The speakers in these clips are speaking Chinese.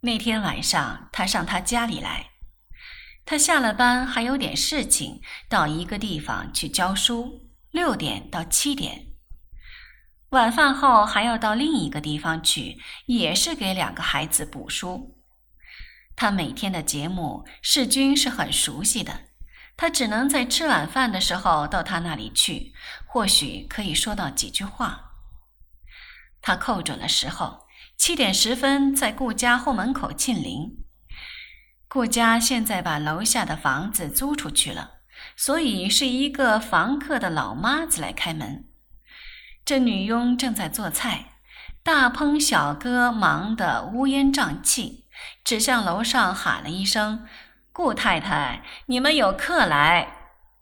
那天晚上，他上他家里来。他下了班还有点事情，到一个地方去教书，6点到7点。晚饭后还要到另一个地方去，也是给2个孩子补书。他每天的节目，世军是很熟悉的，他只能在吃晚饭的时候到他那里去，或许可以说到几句话。他扣准了时候，7点10分在顾家后门口庆铃。顾家现在把楼下的房子租出去了，所以是一个房客的老妈子来开门。这女佣正在做菜，大烹小哥忙得乌烟瘴气，只向楼上喊了一声：“顾太太，你们有客来。”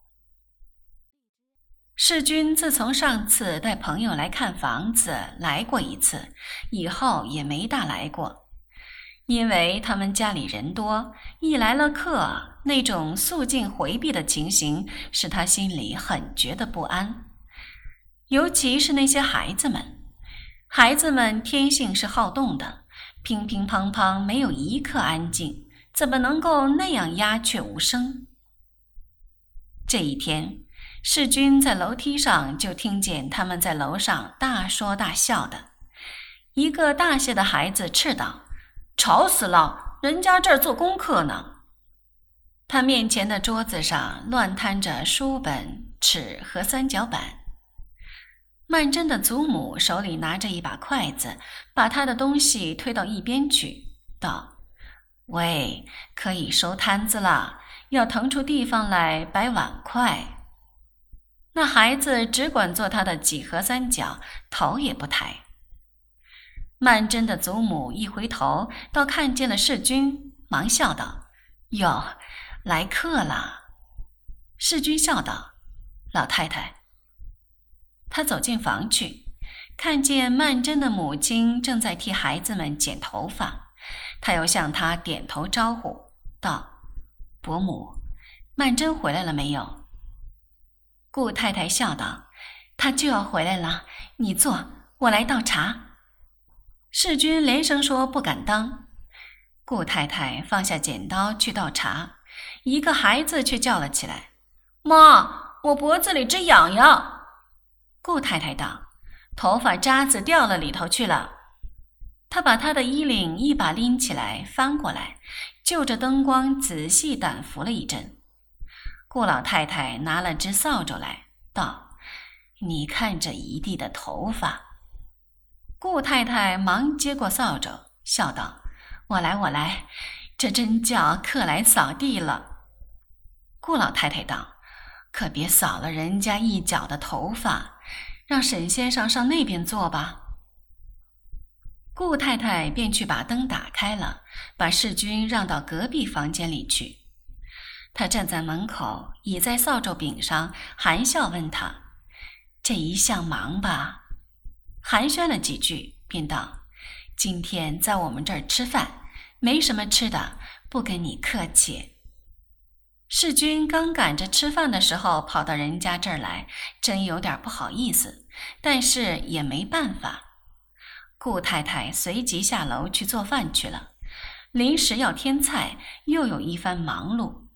世军自从上次带朋友来看房子来过一次，以后也没大来过。因为他们家里人多，一来了客，那种肃静回避的情形使他心里很觉得不安。尤其是那些孩子们天性是好动的，乒乒乓乓没有一刻安静，怎么能够那样鸦雀无声？这一天，世军在楼梯上就听见他们在楼上大说大笑的。一个大些的孩子斥道：“吵死了，人家这儿做功课呢。”他面前的桌子上乱摊着书本、尺和3角板。曼桢的祖母手里拿着一把筷子，把他的东西推到一边去，道：“喂，可以收摊子了，要腾出地方来摆碗筷。”那孩子只管做他的几何3角，头也不抬。曼桢的祖母一回头，倒看见了世军，忙笑道：“哟，来客了。”世军笑道：“老太太。”他走进房去，看见曼桢的母亲正在替孩子们剪头发，他又向她点头招呼，道：“伯母，曼桢回来了没有？”顾太太笑道：“她就要回来了，你坐，我来倒茶。”世军连声说不敢当。顾太太放下剪刀去倒茶，一个孩子却叫了起来：“妈，我脖子里直痒痒。”顾太太道：“头发渣子掉了里头去了。”她把她的衣领一把拎起来，翻过来，就着灯光仔细掸拂了一阵。顾老太太拿了只扫帚来，道：“你看这一地的头发。”顾太太忙接过扫帚，笑道：“我来，这真叫客来扫地了。”顾老太太道：“可别扫了人家一脚的头发，让沈先生上那边坐吧。”顾太太便去把灯打开了，把世军让到隔壁房间里去。他站在门口，倚在扫帚柄上，含笑问他：“这一向忙吧？”寒暄了几句，便道：“今天在我们这儿吃饭，没什么吃的，不跟你客气。”世军刚赶着吃饭的时候跑到人家这儿来，真有点不好意思，但是也没办法。顾太太随即下楼去做饭去了，临时要添菜，又有一番忙碌。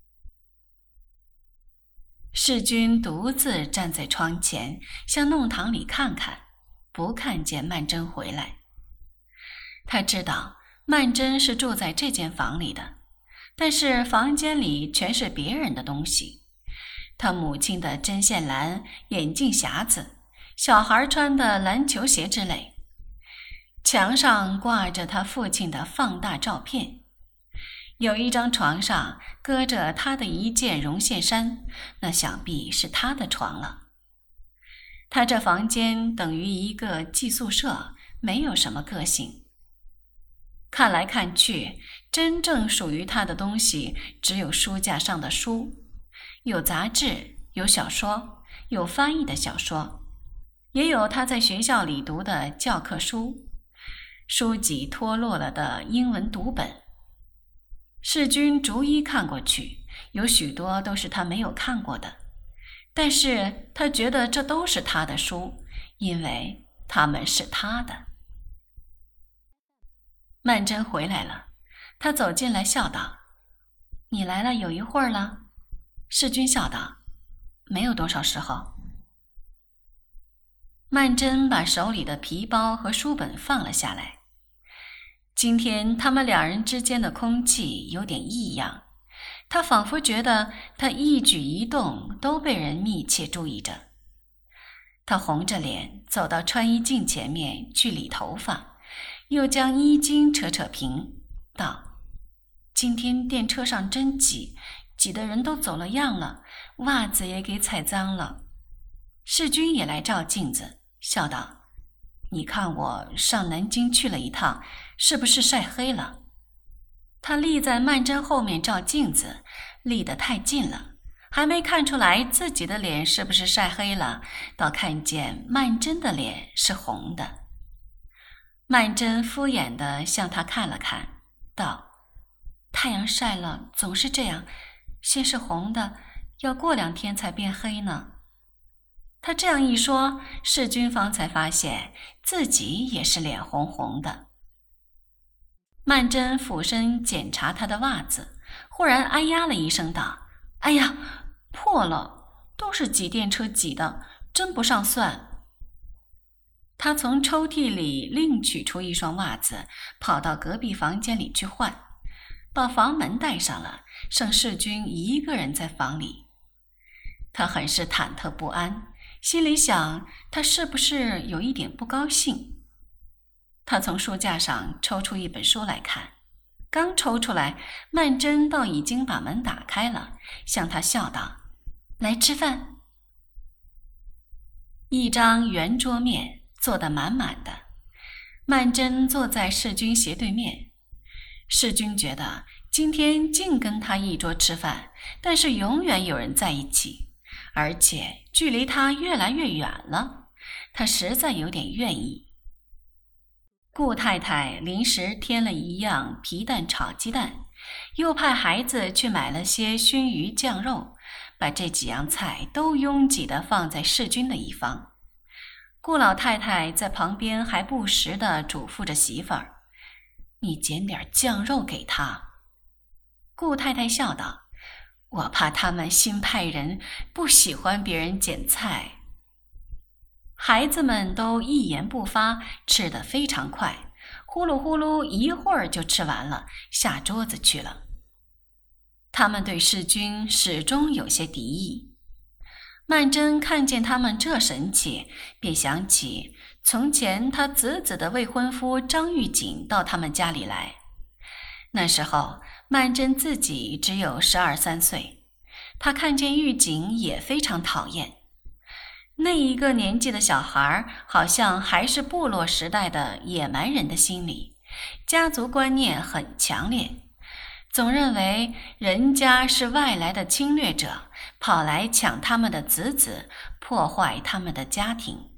世军独自站在窗前，向弄堂里看看，不看见曼桢回来。他知道曼桢是住在这间房里的，但是房间里全是别人的东西，他母亲的针线篮、眼镜匣子、小孩穿的篮球鞋之类。墙上挂着他父亲的放大照片，有一张床上搁着他的一件绒线衫，那想必是他的床了。他这房间等于一个寄宿舍，没有什么个性。看来看去，真正属于他的东西只有书架上的书，有杂志，有小说，有翻译的小说，也有他在学校里读的教科书，书籍脱落了的英文读本。世军逐一看过去，有许多都是他没有看过的，但是他觉得这都是他的书，因为他们是他的。 曼桢回来了，她走进来笑道：“你来了有一会儿了？”世君笑道：“没有多少时候。”曼桢把手里的皮包和书本放了下来。今天他们两人之间的空气有点异样，她仿佛觉得他一举一动都被人密切注意着。她红着脸走到穿衣镜前面去理头发，又将衣襟扯扯平，道：“今天电车上真挤，挤得人都走了样了，袜子也给踩脏了。”世君也来照镜子，笑道：“你看我上南京去了一趟，是不是晒黑了？”他立在曼桢后面照镜子，立得太近了，还没看出来自己的脸是不是晒黑了，倒看见曼桢的脸是红的。曼桢敷衍地向他看了看，道：“太阳晒了总是这样，先是红的，要过2天才变黑呢。”他这样一说，世君方才发现自己也是脸红红的。曼桢俯身检查他的袜子，忽然哎呀了一声道：“哎呀，破了，都是挤电车挤的，真不上算。”他从抽屉里另取出一双袜子，跑到隔壁房间里去换，把房门带上了，剩世君一个人在房里。他很是忐忑不安，心里想他是不是有一点不高兴。他从书架上抽出一本书来看，刚抽出来，曼桢倒已经把门打开了，向他笑道：“来吃饭。”一张圆桌面坐得满满的，曼桢坐在世君斜对面。世君觉得今天净跟他一桌吃饭，但是永远有人在一起，而且距离他越来越远了，他实在有点愿意。顾太太临时添了一样皮蛋炒鸡蛋，又派孩子去买了些熏鱼酱肉，把这几样菜都拥挤地放在世君的一方。顾老太太在旁边还不时地嘱咐着媳妇儿：“你捡点酱肉给他。”顾太太笑道：“我怕他们新派人不喜欢别人捡菜。”孩子们都一言不发，吃得非常快，呼噜呼噜一会儿就吃完了，下桌子去了。他们对世君始终有些敌意。曼桢看见他们这神气，便想起从前他子子的未婚夫张玉锦到他们家里来。那时候曼桢自己只有12、13岁，他看见玉锦也非常讨厌。那一个年纪的小孩好像还是部落时代的野蛮人的心理，家族观念很强烈，总认为人家是外来的侵略者，跑来抢他们的子子，破坏他们的家庭。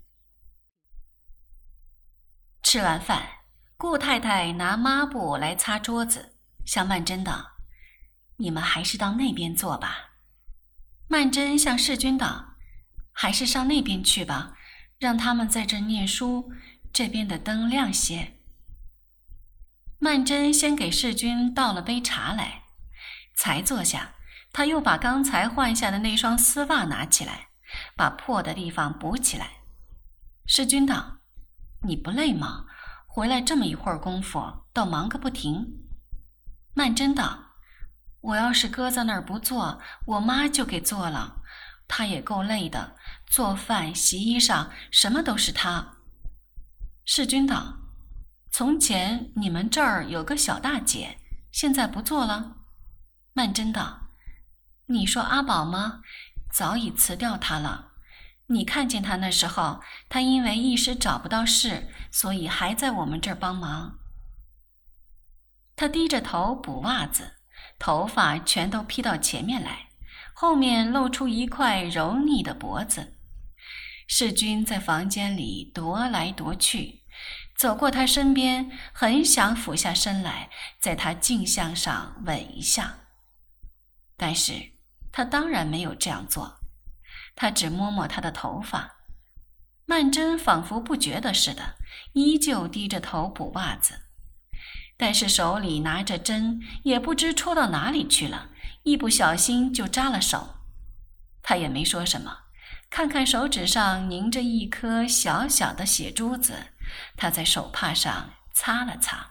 吃完饭，顾太太拿抹布来擦桌子，向曼桢道：“你们还是到那边坐吧。”曼桢向世君道：“还是上那边去吧，让他们在这儿念书，这边的灯亮些。”曼桢先给世君倒了杯茶来，才坐下，他又把刚才换下的那双丝袜拿起来，把破的地方补起来。世君道：“你不累吗？回来这么一会儿功夫，倒忙个不停。”曼桢道：“我要是搁在那儿不做，我妈就给做了，她也够累的，做饭、洗衣裳，什么都是她。”世君道：“从前你们这儿有个小大姐，现在不做了？”曼桢道：“你说阿宝吗？早已辞掉她了。你看见她那时候，她因为一时找不到事，所以还在我们这儿帮忙。”她低着头补袜子，头发全都披到前面来，后面露出一块柔腻的脖子。世君在房间里踱来踱去，走过他身边，很想俯下身来，在他颈项上吻一下。但是他当然没有这样做，他只摸摸他的头发。曼桢仿佛不觉得似的，依旧低着头补袜子。 但是手里拿着针，也不知戳到哪里去了，一不小心就扎了手。他也没说什么，看看手指上凝着一颗小小的血珠子，他在手帕上擦了擦。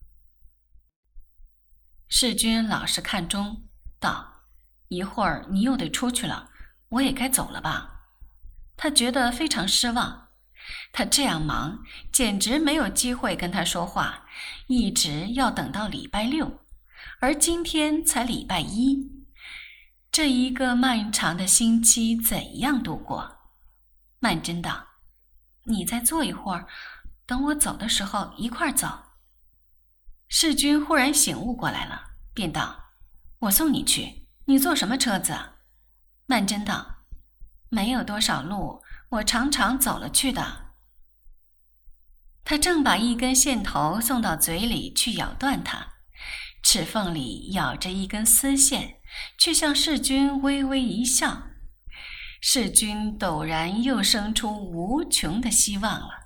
世君老是看钟，道：“一会儿你又得出去了，我也该走了吧。”他觉得非常失望，他这样忙，简直没有机会跟他说话，一直要等到礼拜六，而今天才礼拜一。这一个漫长的星期怎样度过？曼桢道：“你再坐一会儿，等我走的时候一块儿走。”世君忽然醒悟过来了，便道：“我送你去，你坐什么车子啊？”曼桢道：“没有多少路，我常常走了去的。”他正把一根线头送到嘴里去咬断它，齿缝里咬着一根丝线，却向世君微微一笑。世君陡然又生出无穷的希望了。